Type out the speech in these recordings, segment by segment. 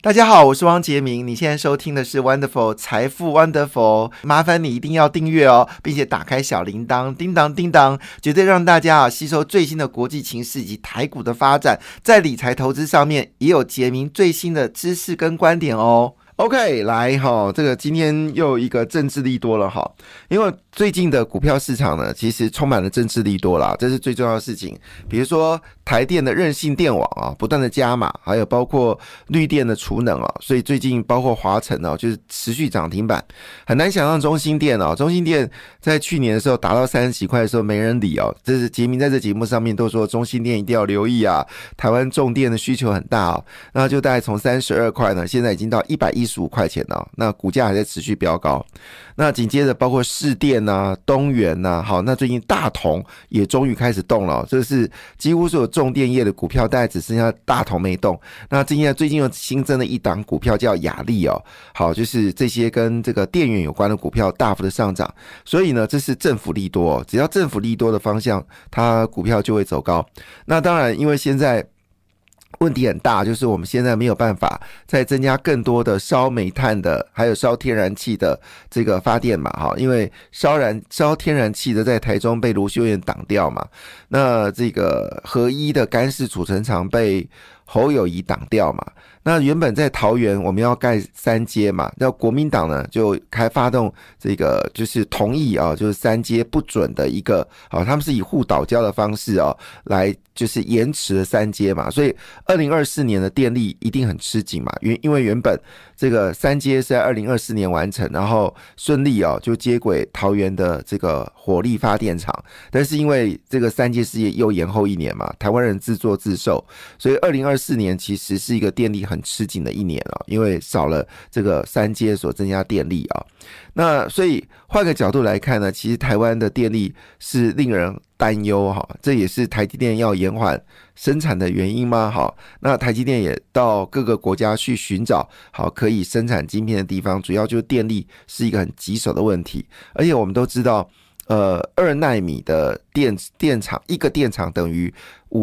大家好，我是汪杰明，你现在收听的是 Wonderful 财富 Wonderful， 麻烦你一定要订阅哦，并且打开小铃铛，叮当叮当，绝对让大家吸收最新的国际情势以及台股的发展，在理财投资上面也有杰明最新的知识跟观点哦。OK， 来这个今天又一个政治利多了因为最近的股票市场呢，其实充满了政治利多啦，这是最重要的事情。比如说台电的韧性电网不断的加码，还有包括绿电的储能所以最近包括华城就是持续涨停板。很难想象中兴电中兴电在去年的时候达到30几块的时候没人理这是杰明在这节目上面都说中兴电一定要留意台湾重电的需求很大那就大概从32块呢，现在已经到115块钱了，那股价还在持续飙高。那紧接着包括士电东元好，那最近大同也终于开始动了这是几乎所有重电业的股票大概只剩下大同没动。那最近又新增了一档股票叫亚力好，就是这些跟这个电源有关的股票大幅的上涨，所以呢这是政府利多只要政府利多的方向，它股票就会走高。那当然因为现在问题很大，就是我们现在没有办法再增加更多的烧煤炭的还有烧天然气的这个发电嘛因为烧天然气的在台中被卢秀燕挡掉嘛，那这个合一的干式储存厂被侯友宜挡掉嘛，那原本在桃园我们要盖3接嘛，那国民党呢就发动这个就是同意就是3接不准的一个他们是以互岛交的方式来就是延迟了3接嘛，所以2024年的电力一定很吃紧嘛，因为原本这个3接是在2024年完成，然后顺利就接轨桃园的这个火力发电厂，但是因为这个3接事业又延后1年嘛，台湾人自作自受，所以2024年其实是一个电力很吃紧的一年因为少了这个3接所增加电力那所以换个角度来看呢，其实台湾的电力是令人担忧这也是台积电要延缓生产的原因吗？那台积电也到各个国家去寻找可以生产晶片的地方，主要就是电力是一个很棘手的问题。而且我们都知道2奈米的电厂，一个电厂等于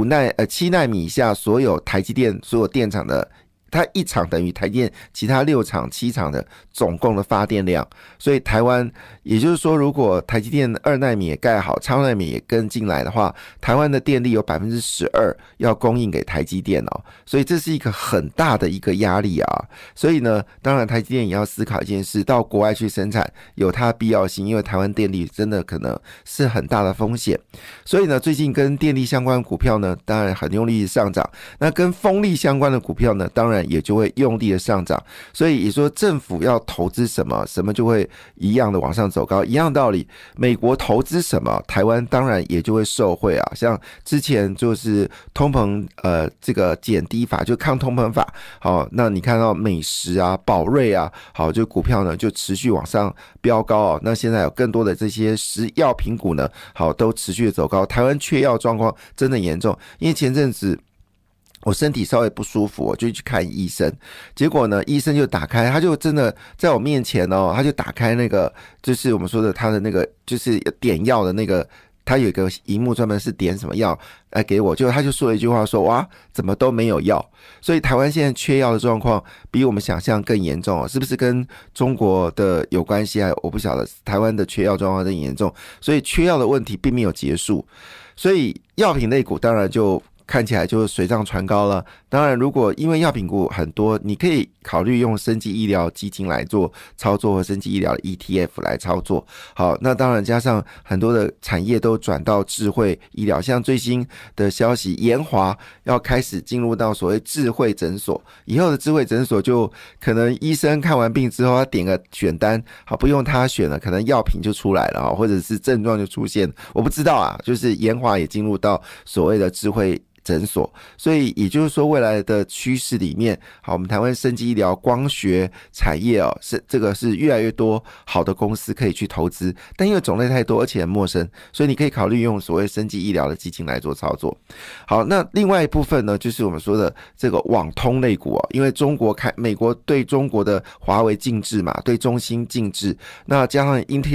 7奈米以下所有台积电所有电厂的，它一厂等于台积电其他6厂7厂的总共的发电量。所以台湾也就是说，如果台积电2奈米也盖好，超奈米也跟进来的话，台湾的电力有 12% 要供应给台积电所以这是一个很大的一个压力所以呢当然台积电也要思考一件事，到国外去生产有它的必要性，因为台湾电力真的可能是很大的风险。所以呢最近跟电力相关的股票呢当然很用力的上涨，那跟风力相关的股票呢当然也就会用力的上涨。所以也说政府要投资什么就会一样的往上走高，一样道理，美国投资什么台湾当然也就会受惠像之前就是通膨这个减低法，就抗通膨法那你看到美食宝瑞就股票呢就持续往上飙高那现在有更多的这些食药品股呢都持续的走高。台湾缺药状况真的严重，因为前阵子我身体稍微不舒服，我就去看医生，结果呢医生就打开，他就真的在我面前他就打开那个就是我们说的他的那个就是点药的那个，他有一个萤幕专门是点什么药来给我，结果他就说了一句话说哇怎么都没有药。所以台湾现在缺药的状况比我们想象更严重是不是跟中国的有关系我不晓得，台湾的缺药状况更严重，所以缺药的问题并没有结束，所以药品类股当然就看起来就水涨船高了。当然如果因为药品股很多，你可以考虑用生技医疗基金来做操作，和生技医疗的 ETF 来操作。好，那当然加上很多的产业都转到智慧医疗，像最新的消息，研华要开始进入到所谓智慧诊所，以后的智慧诊所就可能医生看完病之后他点个选单，好，不用他选了，可能药品就出来了，或者是症状就出现，我不知道就是研华也进入到所谓的智慧诊所。所以也就是说未来的趋势里面，好，我们台湾生技医疗光学产业是这个是越来越多好的公司可以去投资，但因为种类太多而且很陌生，所以你可以考虑用所谓生技医疗的基金来做操作。好，那另外一部分呢，就是我们说的这个网通类股因为美国对中国的华为禁制嘛，对中兴禁制，那加上英特尔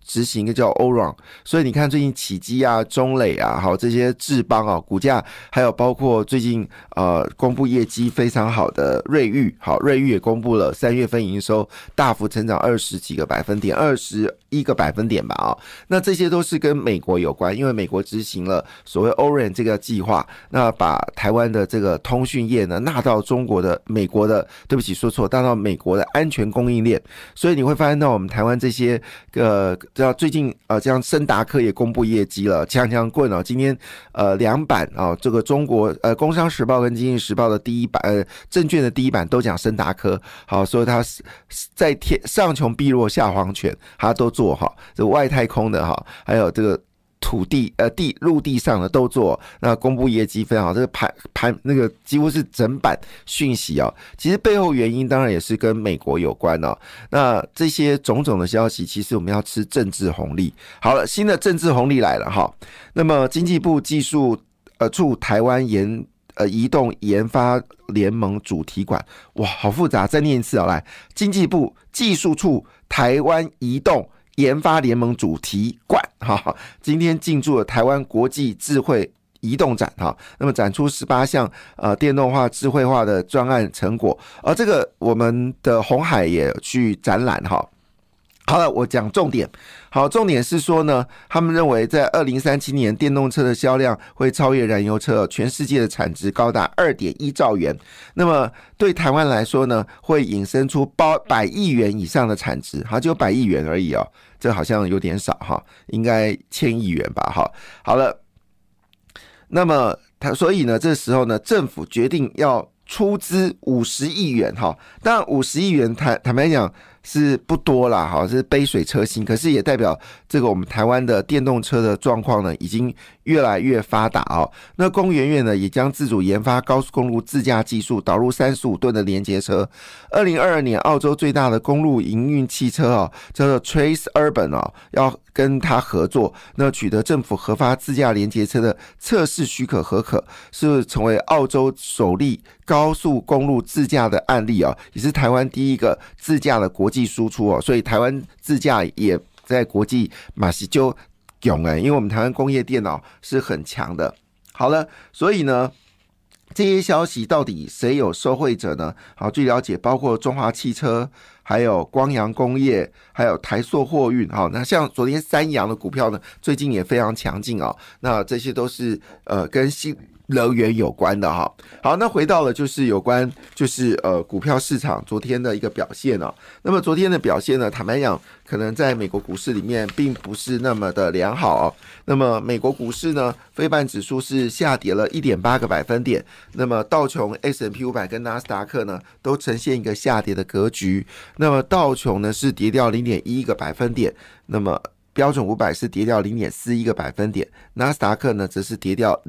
执行一个叫 ORON， 所以你看最近启基啊、中磊啊，好这些智邦啊，股价还有包括最近公布业绩非常好的瑞昱，好瑞昱也公布了3月份营收大幅成长20几个百分点，21个百分点吧啊，那这些都是跟美国有关，因为美国执行了所谓 ORON 这个计划，那把台湾的这个通讯业呢纳到美国的，对不起说错，纳到美国的安全供应链，所以你会发现到我们台湾这些最近像昇達科也公布业绩了，强棍哦，今天两版啊，这个中国工商时报跟经济时报的第一版证券的第一版都讲昇達科，好，所以它在上穷碧落下黄泉，它都做哈，这外太空的哈，还有这个土地陆地上的都做，那公布业绩非常好，这个盘那个几乎是整版讯息哦。其实背后原因当然也是跟美国有关哦。那这些种种的消息，其实我们要吃政治红利。好了，新的政治红利来了哈。那么经济部技术处台湾移动研发联盟主题馆，哇，好复杂，再念一次啊，来，经济部技术处台湾移动研发联盟主题馆哈，今天进驻了台湾国际智慧移动展哈，那么展出18项电动化智慧化的专案成果，这个我们的鸿海也去展览哈。好了，我讲重点。好，重点是说呢，他们认为在2037年电动车的销量会超越燃油车，全世界的产值高达 2.1 兆元。那么对台湾来说呢，会引申出100亿元以上的产值，只有100亿元而已哦，这好像有点少哈，应该1000亿元吧哈。好了，那么所以呢，这时候呢，政府决定要出资50亿元哈，当然50亿元坦白讲是不多啦，好，是杯水车薪，可是也代表这个我们台湾的电动车的状况呢，已经越来越发达哦。那工研院呢，也将自主研发高速公路自驾技术，导入35吨的连结车。2022年，澳洲最大的公路营运汽车哦，叫做 Trace Urban 哦，要跟他合作，那取得政府核发自驾连结车的测试许可合可，是成为澳洲首例高速公路自驾的案例哦，也是台湾第一个自驾的国际输出哦，所以台湾自驾也在国际马西就勇因为我们台湾工业电脑是很强的。好了，所以呢，这些消息到底谁有受惠者呢？好，据了解，包括中华汽车，还有光阳工业，还有台塑货运。好，那像昨天三阳的股票呢，最近也非常强劲哦。那这些都是跟新能源有关的哈。好，那回到了就是有关就是股票市场昨天的一个表现哦。那么昨天的表现呢，坦白讲，可能在美国股市里面并不是那么的良好哦。那么美国股市呢，费半指数是下跌了 1.8 个百分点。那么道琼 S&P 500跟纳斯达克呢，都呈现一个下跌的格局。那么道琼呢是跌掉 0.1 个百分点，那么标准500是跌掉 0.41 个百分点，纳斯达克呢则是跌掉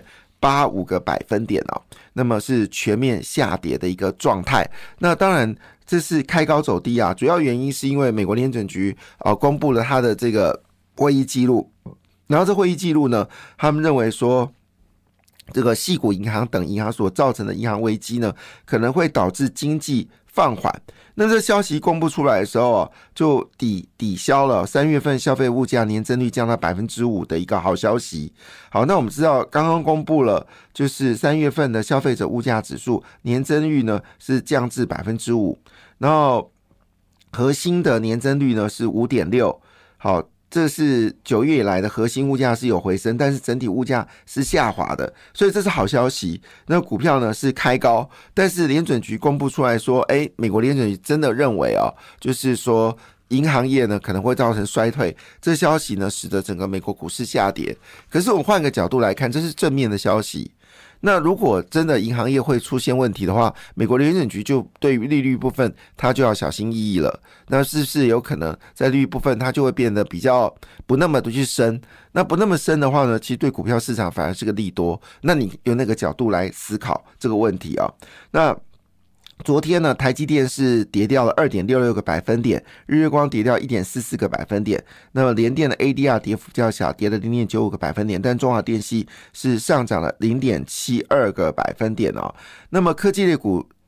0.85 个百分点哦，那么是全面下跌的一个状态。那当然这是开高走低啊，主要原因是因为美国联准局公布了他的这个会议记录，然后这会议记录呢，他们认为说这个矽谷银行等银行所造成的银行危机呢，可能会导致经济放缓。那这消息公布出来的时候就抵消了3月份消费物价年增率降到 5% 的一个好消息。好，那我们知道刚刚公布了，就是3月份的消费者物价指数年增率呢是降至 5%， 然后核心的年增率呢是 5.6%。 好，这是9月以来的核心物价是有回升，但是整体物价是下滑的，所以这是好消息。那股票呢是开高，但是联准局公布出来说，美国联准局真的认为就是说银行业呢可能会造成衰退，这消息呢使得整个美国股市下跌。可是我们换个角度来看，这是正面的消息。那如果真的银行业会出现问题的话，美国联准局就对于利率部分它就要小心翼翼了。那是不是有可能在利率部分它就会变得比较不那么的去升？那不那么升的话呢，其实对股票市场反而是个利多。那你用那个角度来思考这个问题啊。那昨天呢，台积电是跌掉了 2.66 个百分点，日月光跌掉 1.44 个百分点，那么联电的 ADR 跌幅较小，跌了 0.95 个百分点，但中华电信是上涨了 0.72 个百分点哦。那么科技类股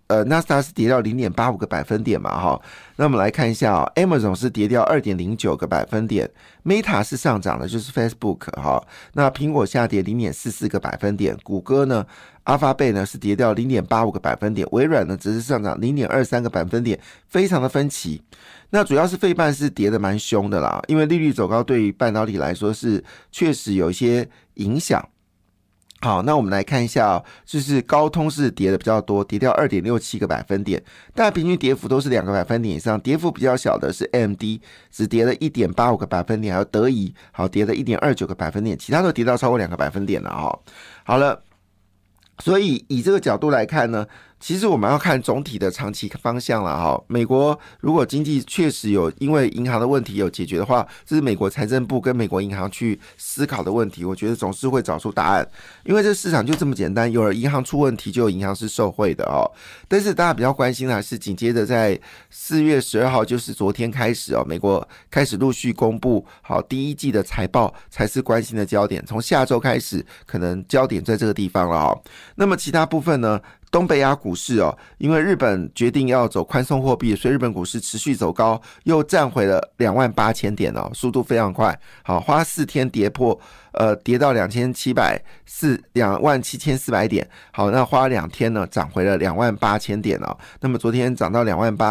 纳斯达是跌掉 0.85 个百分点嘛哈。那我们来看一下Amazon 是跌掉 2.09 个百分点 ，Meta 是上涨的，就是 Facebook 哈。那苹果下跌 0.44 个百分点，谷歌呢，Alphabet 呢是跌掉 0.85 个百分点，微软呢只是上涨 0.23 个百分点，非常的分歧。那主要是费半是跌得蛮凶的啦，因为利率走高对于半导体来说是确实有一些影响。好，那我们来看一下就是高通是跌的比较多，跌掉 2.67 个百分点，但平均跌幅都是2个百分点以上，跌幅比较小的是 AMD 只跌了 1.85 个百分点，还有德仪好跌了 1.29 个百分点，其他都跌到超过2个百分点了好了，所以以这个角度来看呢，其实我们要看总体的长期方向了哈。美国如果经济确实有因为银行的问题有解决的话，这是美国财政部跟美国银行去思考的问题，我觉得总是会找出答案，因为这市场就这么简单，有了银行出问题就有银行是受惠的但是大家比较关心的还是紧接着在4月12号，就是昨天开始美国开始陆续公布好第一季的财报，才是关心的焦点，从下周开始可能焦点在这个地方了那么其他部分呢，东北亚股市因为日本决定要走宽松货币，所以日本股市持续走高，又站回了28000点速度非常快。好，花4天跌破跌到27400点。好，那花2天呢涨回了28000点那么昨天涨到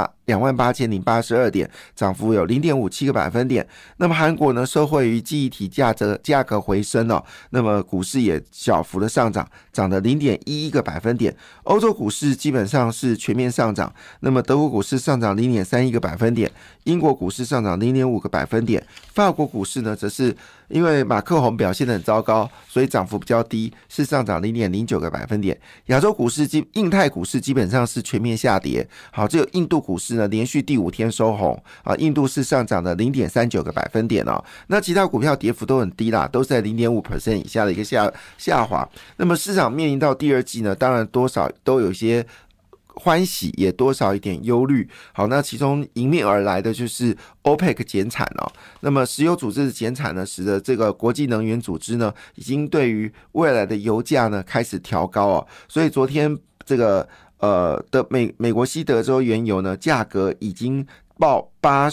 28082点，涨幅有 0.57 个百分点。那么韩国呢受惠于记忆体价格回升那么股市也小幅的上涨，涨了 0.11 个百分点。欧洲股市基本上是全面上涨，那么德国股市上涨 0.31 个百分点，英国股市上涨 0.5 个百分点，法国股市呢则是因为马克宏表现得很糟糕，所以涨幅比较低，是上涨 0.09 个百分点。亚洲股市印太股市基本上是全面下跌，好，只有印度股市呢连续第5天收红印度是上涨的 0.39 个百分点那其他股票跌幅都很低啦，都是在 0.5% 以下的一个下滑。那么市场面临到第二季呢，当然多少都有一些欢喜，也多少一点忧虑。好，那其中迎面而来的就是 OPEC 减产那么石油组织的减产呢，使得这个国际能源组织呢，已经对于未来的油价呢开始调高所以昨天这个的美国西德州原油呢价格已经报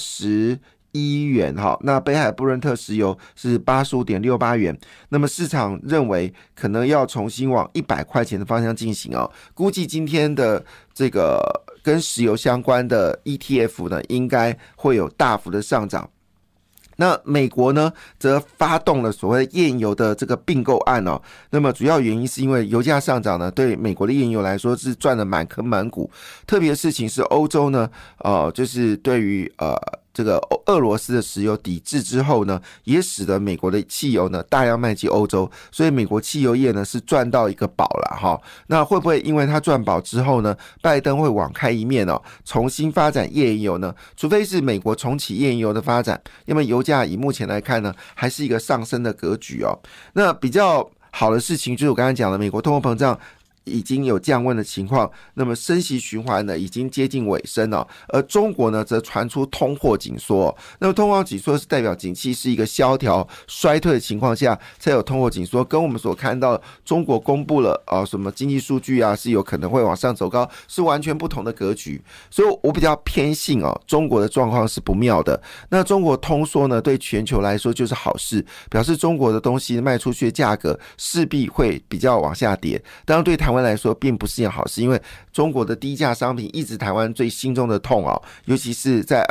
81元那北海布伦特石油是 85.68 元，那么市场认为可能要重新往100块钱的方向进行估计今天的这个跟石油相关的 ETF 呢应该会有大幅的上涨。那美国呢则发动了所谓页岩油的这个并购案那么主要原因是因为油价上涨呢，对美国的页岩油来说是赚了满坑满谷。特别的事情是欧洲呢就是对于这个俄罗斯的石油抵制之后呢，也使得美国的汽油呢大量卖进欧洲，所以美国汽油业呢是赚到一个宝了那会不会因为他赚饱之后呢，拜登会网开一面重新发展页岩油呢？除非是美国重启页岩油的发展，因为油价以目前来看呢，还是一个上升的格局那比较好的事情就是我刚才讲的，美国通货膨胀已经有降温的情况，那么升息循环呢已经接近尾声而中国呢则传出通货紧缩那么通货紧缩是代表景气是一个萧条衰退的情况下才有通货紧缩，跟我们所看到中国公布了什么经济数据是有可能会往上走高，是完全不同的格局。所以我比较偏信中国的状况是不妙的。那中国通缩呢对全球来说就是好事，表示中国的东西卖出去的价格势必会比较往下跌，当然对台湾来说并不是件好事，因为中国的低价商品一直台湾最心中的痛尤其是在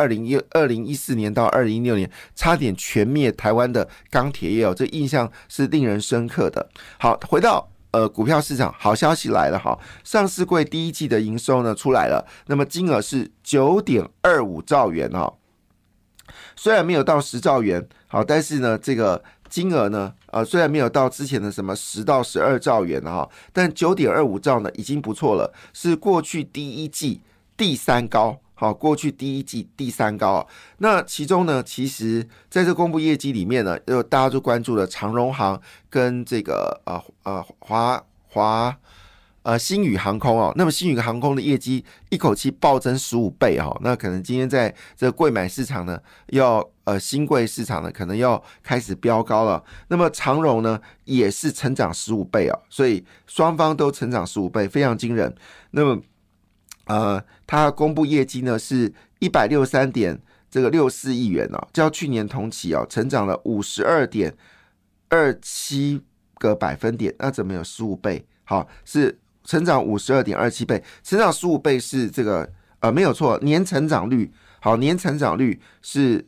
2014年到2016年差点全灭台湾的钢铁业这印象是令人深刻的。好，回到股票市场，好消息来了上市柜第一季的营收呢出来了，那么金额是 9.25 兆元虽然没有到10兆元好，但是呢这个金额呢虽然没有到之前的什么10到12兆元但 9.25 兆呢已经不错了，是过去第一季第3高过去第一季第3高那其中呢，其实在这公布业绩里面呢，大家就关注了长荣航跟这个星宇航空那么星宇航空的业绩一口气暴增15倍那可能今天在这个柜买市场呢，要新柜市场呢可能要开始飙高了。那么长荣呢也是成长15倍所以双方都成长15倍，非常惊人。那么它公布业绩呢是163.64亿元哦，较去年同期哦成长了52.27个百分点，那怎么有15倍？好，是成长52.27倍，成长15倍是这个没有错，年成长率。好，年成长率是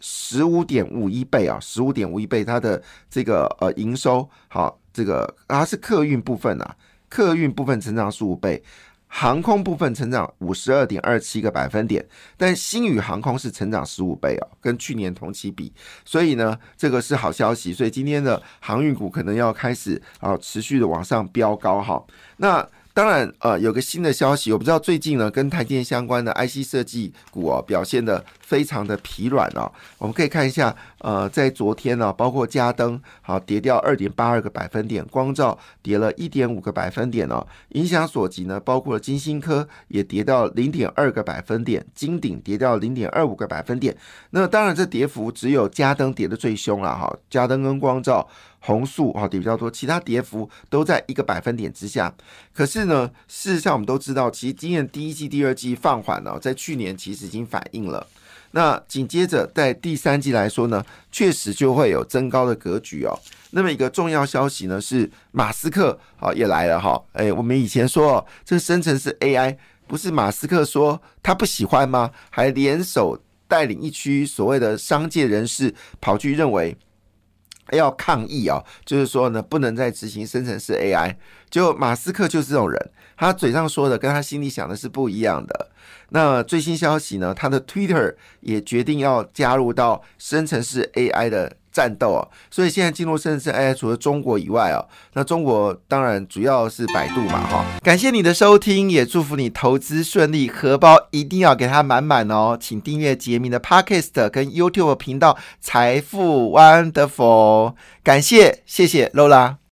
15.51倍啊，15.51倍，它的这个营收，好，这个它是客运部分啊，客运部分成长15倍，航空部分成长52.27个百分点，但星宇航空是成长15倍哦，跟去年同期比，所以呢，这个是好消息，所以今天的航运股可能要开始持续的往上飙高哈。那当然，有个新的消息，我不知道最近呢跟台积电相关的 IC 设计股表现的非常的疲软哦。我们可以看一下，在昨天呢，包括嘉登好跌掉2.82个百分点，光罩跌了1.5个百分点哦。影响所及呢，包括了金星科也跌到0.2个百分点，金鼎跌掉0.25个百分点。那当然，这跌幅只有嘉登跌得最凶了哈，嘉登跟光罩。红素跌比较多，其他跌幅都在1个百分点之下。可是呢，事实上我们都知道，其实今年第一季、第二季放缓了，在去年其实已经反映了。那紧接着在第三季来说呢，确实就会有增高的格局哦。那么一个重要消息呢是马斯克也来了哈。我们以前说这个生成式 AI 不是马斯克说他不喜欢吗？还联手带领一区所谓的商界人士跑去认为。要抗议就是说呢，不能再执行生成式 AI。就马斯克就是这种人，他嘴上说的跟他心里想的是不一样的。那最新消息呢，他的 Twitter 也决定要加入到生成式 AI 的战斗所以现在进入生成式 AI 除了中国以外那中国当然主要是百度嘛感谢你的收听，也祝福你投资顺利，荷包一定要给它满满请订阅杰明的 Podcast 跟 YouTube 频道财富 Wonderful， 感谢，谢谢 Lola。